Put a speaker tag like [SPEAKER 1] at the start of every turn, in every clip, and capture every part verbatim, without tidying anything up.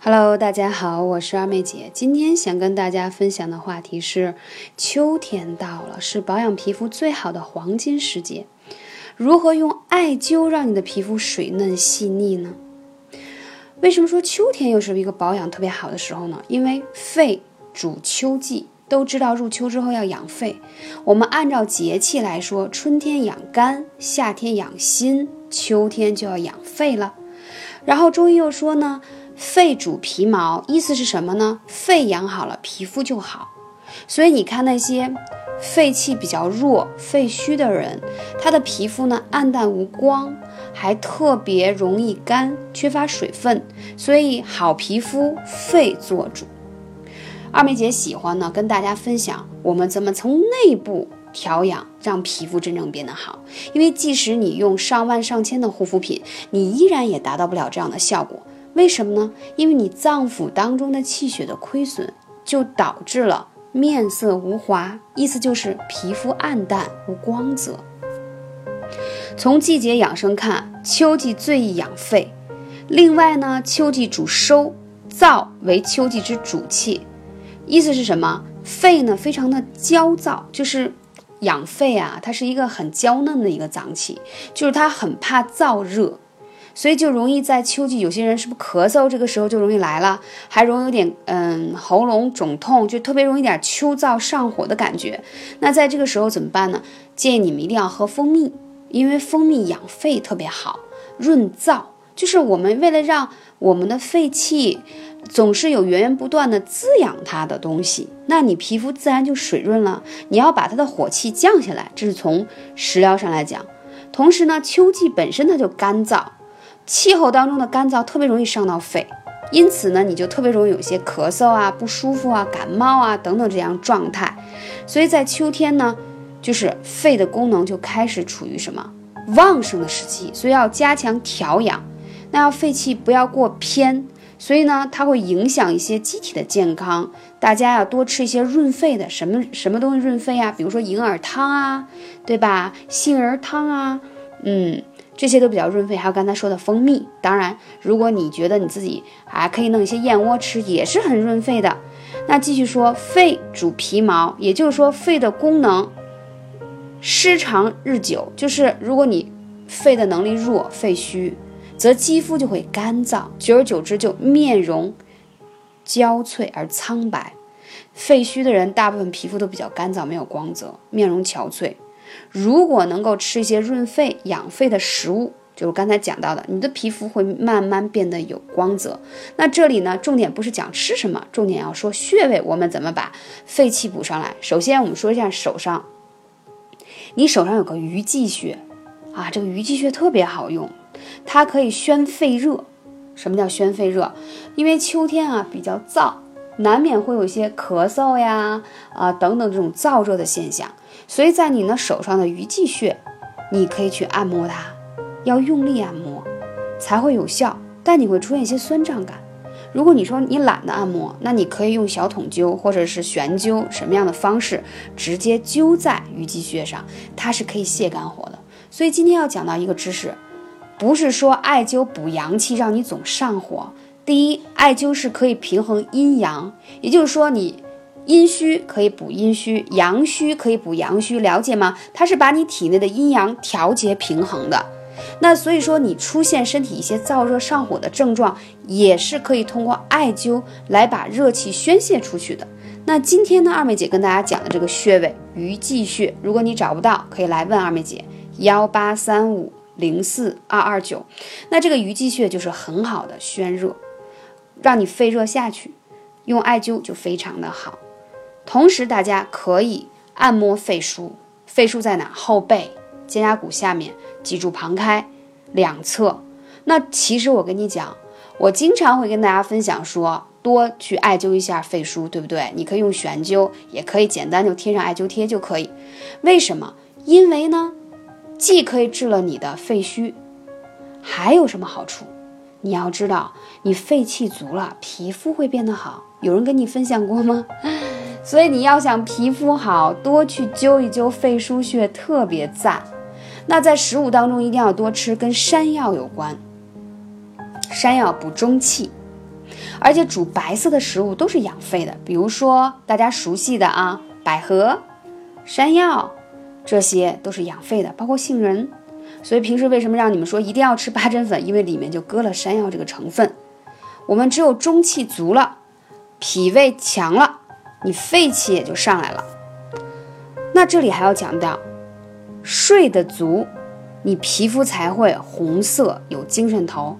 [SPEAKER 1] Hello， 大家好，我是二妹姐。今天想跟大家分享的话题是，秋天到了，是保养皮肤最好的黄金时节。如何用艾灸让你的皮肤水嫩细腻呢？为什么说秋天又是一个保养特别好的时候呢？因为肺主秋季，都知道入秋之后要养肺。我们按照节气来说，春天养肝，夏天养心，秋天就要养肺了。然后中医又说呢，肺主皮毛，意思是什么呢？肺养好了，皮肤就好。所以你看那些肺气比较弱、肺虚的人，他的皮肤呢暗淡无光，还特别容易干，缺乏水分。所以好皮肤，肺做主。二妹姐喜欢呢跟大家分享我们怎么从内部调养，让皮肤真正变得好。因为即使你用上万上千的护肤品，你依然也达到不了这样的效果。为什么呢？因为你脏腑当中的气血的亏损，就导致了面色无华，意思就是皮肤暗淡无光泽。从季节养生看，秋季最易养肺。另外呢，秋季主收，燥为秋季之主气。意思是什么？肺呢非常的焦躁，就是养肺啊，它是一个很娇嫩的一个脏器，就是它很怕燥热，所以就容易在秋季，有些人是不是咳嗽，这个时候就容易来了，还容易有点嗯喉咙肿痛，就特别容易点秋燥上火的感觉。那在这个时候怎么办呢？建议你们一定要喝蜂蜜，因为蜂蜜养肺特别好，润燥，就是我们为了让我们的肺气总是有源源不断的滋养它的东西，那你皮肤自然就水润了。你要把它的火气降下来，这是从食疗上来讲。同时呢，秋季本身它就干燥，气候当中的干燥特别容易伤到肺，因此呢，你就特别容易有些咳嗽啊、不舒服啊、感冒啊等等这样状态。所以在秋天呢，就是肺的功能就开始处于什么旺盛的时期，所以要加强调养。那要肺气不要过偏，所以呢，它会影响一些机体的健康。大家要多吃一些润肺的，什么什么东西润肺啊？比如说银耳汤啊，对吧？杏仁汤啊，嗯，这些都比较润肺。还有刚才说的蜂蜜，当然，如果你觉得你自己还可以弄一些燕窝吃，也是很润肺的。那继续说，肺主皮毛，也就是说肺的功能失常日久，就是如果你肺的能力弱，肺虚，则肌肤就会干燥，久而久之就面容焦脆而苍白。肺虚的人大部分皮肤都比较干燥，没有光泽，面容憔悴。如果能够吃一些润肺养肺的食物，就是刚才讲到的，你的皮肤会慢慢变得有光泽。那这里呢，重点不是讲吃什么，重点要说穴位，我们怎么把肺气补上来。首先我们说一下手上，你手上有个鱼际穴啊，这个鱼际穴特别好用，它可以宣肺热。什么叫宣肺热？因为秋天啊比较燥，难免会有一些咳嗽呀啊等等这种燥热的现象，所以在你呢手上的鱼际穴，你可以去按摩它，要用力按摩才会有效，但你会出现一些酸胀感。如果你说你懒得按摩，那你可以用小筒灸或者是悬灸，什么样的方式直接灸在鱼际穴上，它是可以泻肝火的。所以今天要讲到一个知识，不是说艾灸补阳气让你总上火。第一，艾灸是可以平衡阴阳，也就是说你阴虚可以补阴虚，阳虚可以补阳虚，了解吗？它是把你体内的阴阳调节平衡的。那所以说你出现身体一些燥热上火的症状，也是可以通过艾灸来把热气宣泄出去的。那今天呢，二妹姐跟大家讲的这个穴位鱼际穴，如果你找不到，可以来问二妹姐幺八三五零四二二九。那这个鱼际穴就是很好的宣热，让你肺热下去，用艾灸就非常的好。同时大家可以按摩肺腧，肺腧在哪？后背肩胛骨下面，脊柱旁开两侧。那其实我跟你讲，我经常会跟大家分享说，多去艾灸一下肺腧，对不对？你可以用悬灸，也可以简单就贴上艾灸贴就可以。为什么？因为呢，既可以治了你的肺虚，还有什么好处？你要知道，你肺气足了，皮肤会变得好。有人跟你分享过吗？所以你要想皮肤好，多去灸一灸肺腧穴，特别赞。那在食物当中一定要多吃跟山药有关，山药补中气， 而且煮白色的食物都是养肺的，比如说大家熟悉的啊，百合、山药，这些都是养肺的，包括杏仁。所以平时为什么让你们说一定要吃八珍粉？因为里面就搁了山药这个成分。我们只有中气足了，脾胃强了，你肺气也就上来了。那这里还要讲到，睡得足，你皮肤才会红色，有精神头。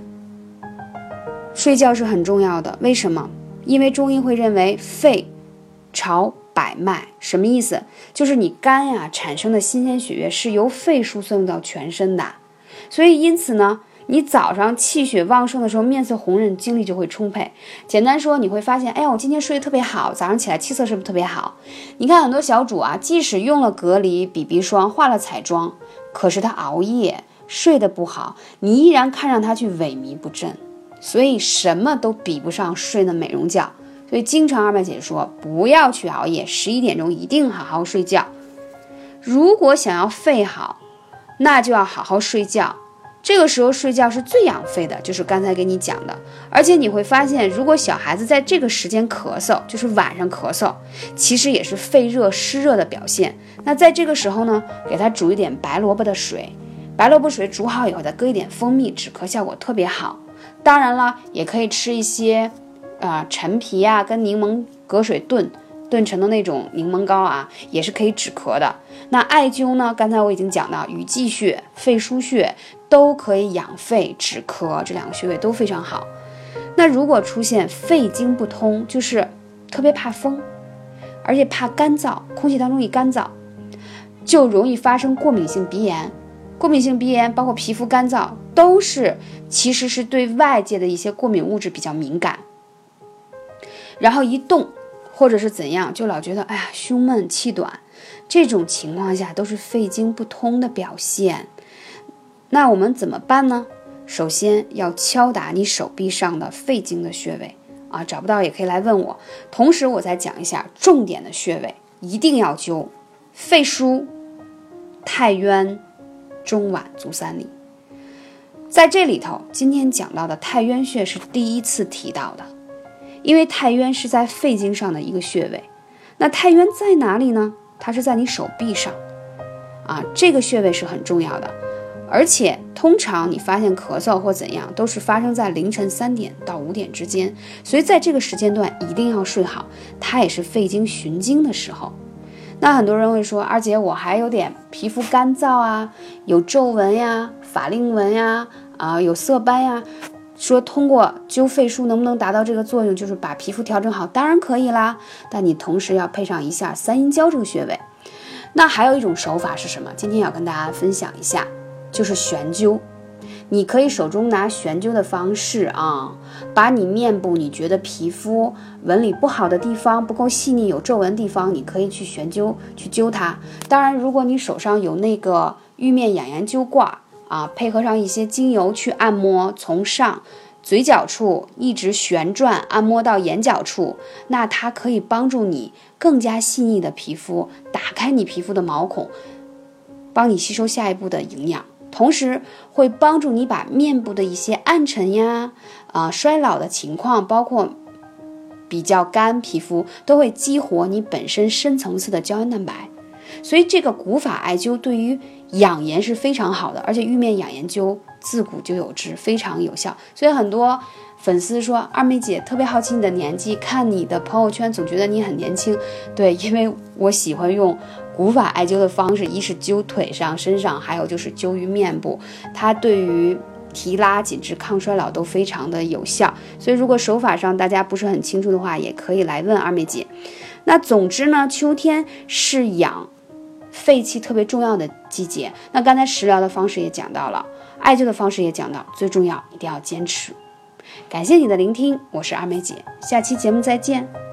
[SPEAKER 1] 睡觉是很重要的，为什么？因为中医会认为肺朝百脉，什么意思？就是你肝呀产生的新鲜血液是由肺输送到全身的，所以因此呢，你早上气血旺盛的时候，面色红润，精力就会充沛。简单说，你会发现，哎呀，我今天睡得特别好，早上起来气色是不是特别好？你看很多小主啊，即使用了隔离、B B 霜、化了彩妆，可是他熬夜睡得不好，你依然看上他去萎靡不振。所以什么都比不上睡的美容觉。所以经常二妹姐说，不要去熬夜，十一点钟一定好好睡觉。如果想要肺好，那就要好好睡觉。这个时候睡觉是最养肺的，就是刚才给你讲的。而且你会发现，如果小孩子在这个时间咳嗽，就是晚上咳嗽，其实也是肺热湿热的表现。那在这个时候呢，给他煮一点白萝卜的水，白萝卜水煮好以后再搁一点蜂蜜，止咳效果特别好。当然了，也可以吃一些啊、呃、陈皮啊跟柠檬隔水炖炖成的那种柠檬膏啊，也是可以止咳的。那艾灸呢，刚才我已经讲到，雨季穴、肺腧穴都可以养肺止咳，这两个穴位都非常好。那如果出现肺经不通，就是特别怕风，而且怕干燥，空气当中一干燥，就容易发生过敏性鼻炎。过敏性鼻炎包括皮肤干燥，都是其实是对外界的一些过敏物质比较敏感，然后一动或者是怎样，就老觉得哎呀胸闷气短，这种情况下都是肺经不通的表现。那我们怎么办呢？首先要敲打你手臂上的肺经的穴位啊，找不到也可以来问我。同时我再讲一下重点的穴位，一定要灸肺腧、太渊、中脘、足三里。在这里头，今天讲到的太渊穴是第一次提到的，因为太渊是在肺经上的一个穴位。那太渊在哪里呢？它是在你手臂上啊，这个穴位是很重要的。而且通常你发现咳嗽或怎样，都是发生在凌晨三点到五点之间，所以在这个时间段一定要睡好，它也是肺经循经的时候。那很多人会说，二姐我还有点皮肤干燥啊，有皱纹呀、法令纹呀，啊有色斑呀，说通过灸肺腧能不能达到这个作用，就是把皮肤调整好？当然可以啦，但你同时要配上一下三阴交这个穴位。那还有一种手法是什么？今天要跟大家分享一下，就是悬灸。你可以手中拿悬灸的方式啊，把你面部你觉得皮肤纹理不好的地方，不够细腻有皱纹的地方，你可以去悬灸去灸它。当然如果你手上有那个玉面养颜灸罐啊，配合上一些精油去按摩，从上嘴角处一直旋转按摩到眼角处，那它可以帮助你更加细腻的皮肤，打开你皮肤的毛孔，帮你吸收下一步的营养，同时会帮助你把面部的一些暗沉呀、啊、呃、衰老的情况，包括比较干皮肤，都会激活你本身深层次的胶原蛋白。所以这个古法艾灸对于养颜是非常好的，而且玉面养颜灸自古就有之，非常有效。所以很多粉丝说，二妹姐特别好奇你的年纪，看你的朋友圈总觉得你很年轻。对，因为我喜欢用古法艾灸的方式，一是灸腿上身上，还有就是灸于面部，它对于提拉紧致抗衰老都非常的有效。所以如果手法上大家不是很清楚的话，也可以来问二妹姐。那总之呢，秋天是养肺气特别重要的季节。那刚才食疗的方式也讲到了，艾灸的方式也讲到，最重要一定要坚持。感谢你的聆听，我是二妹姐，下期节目再见。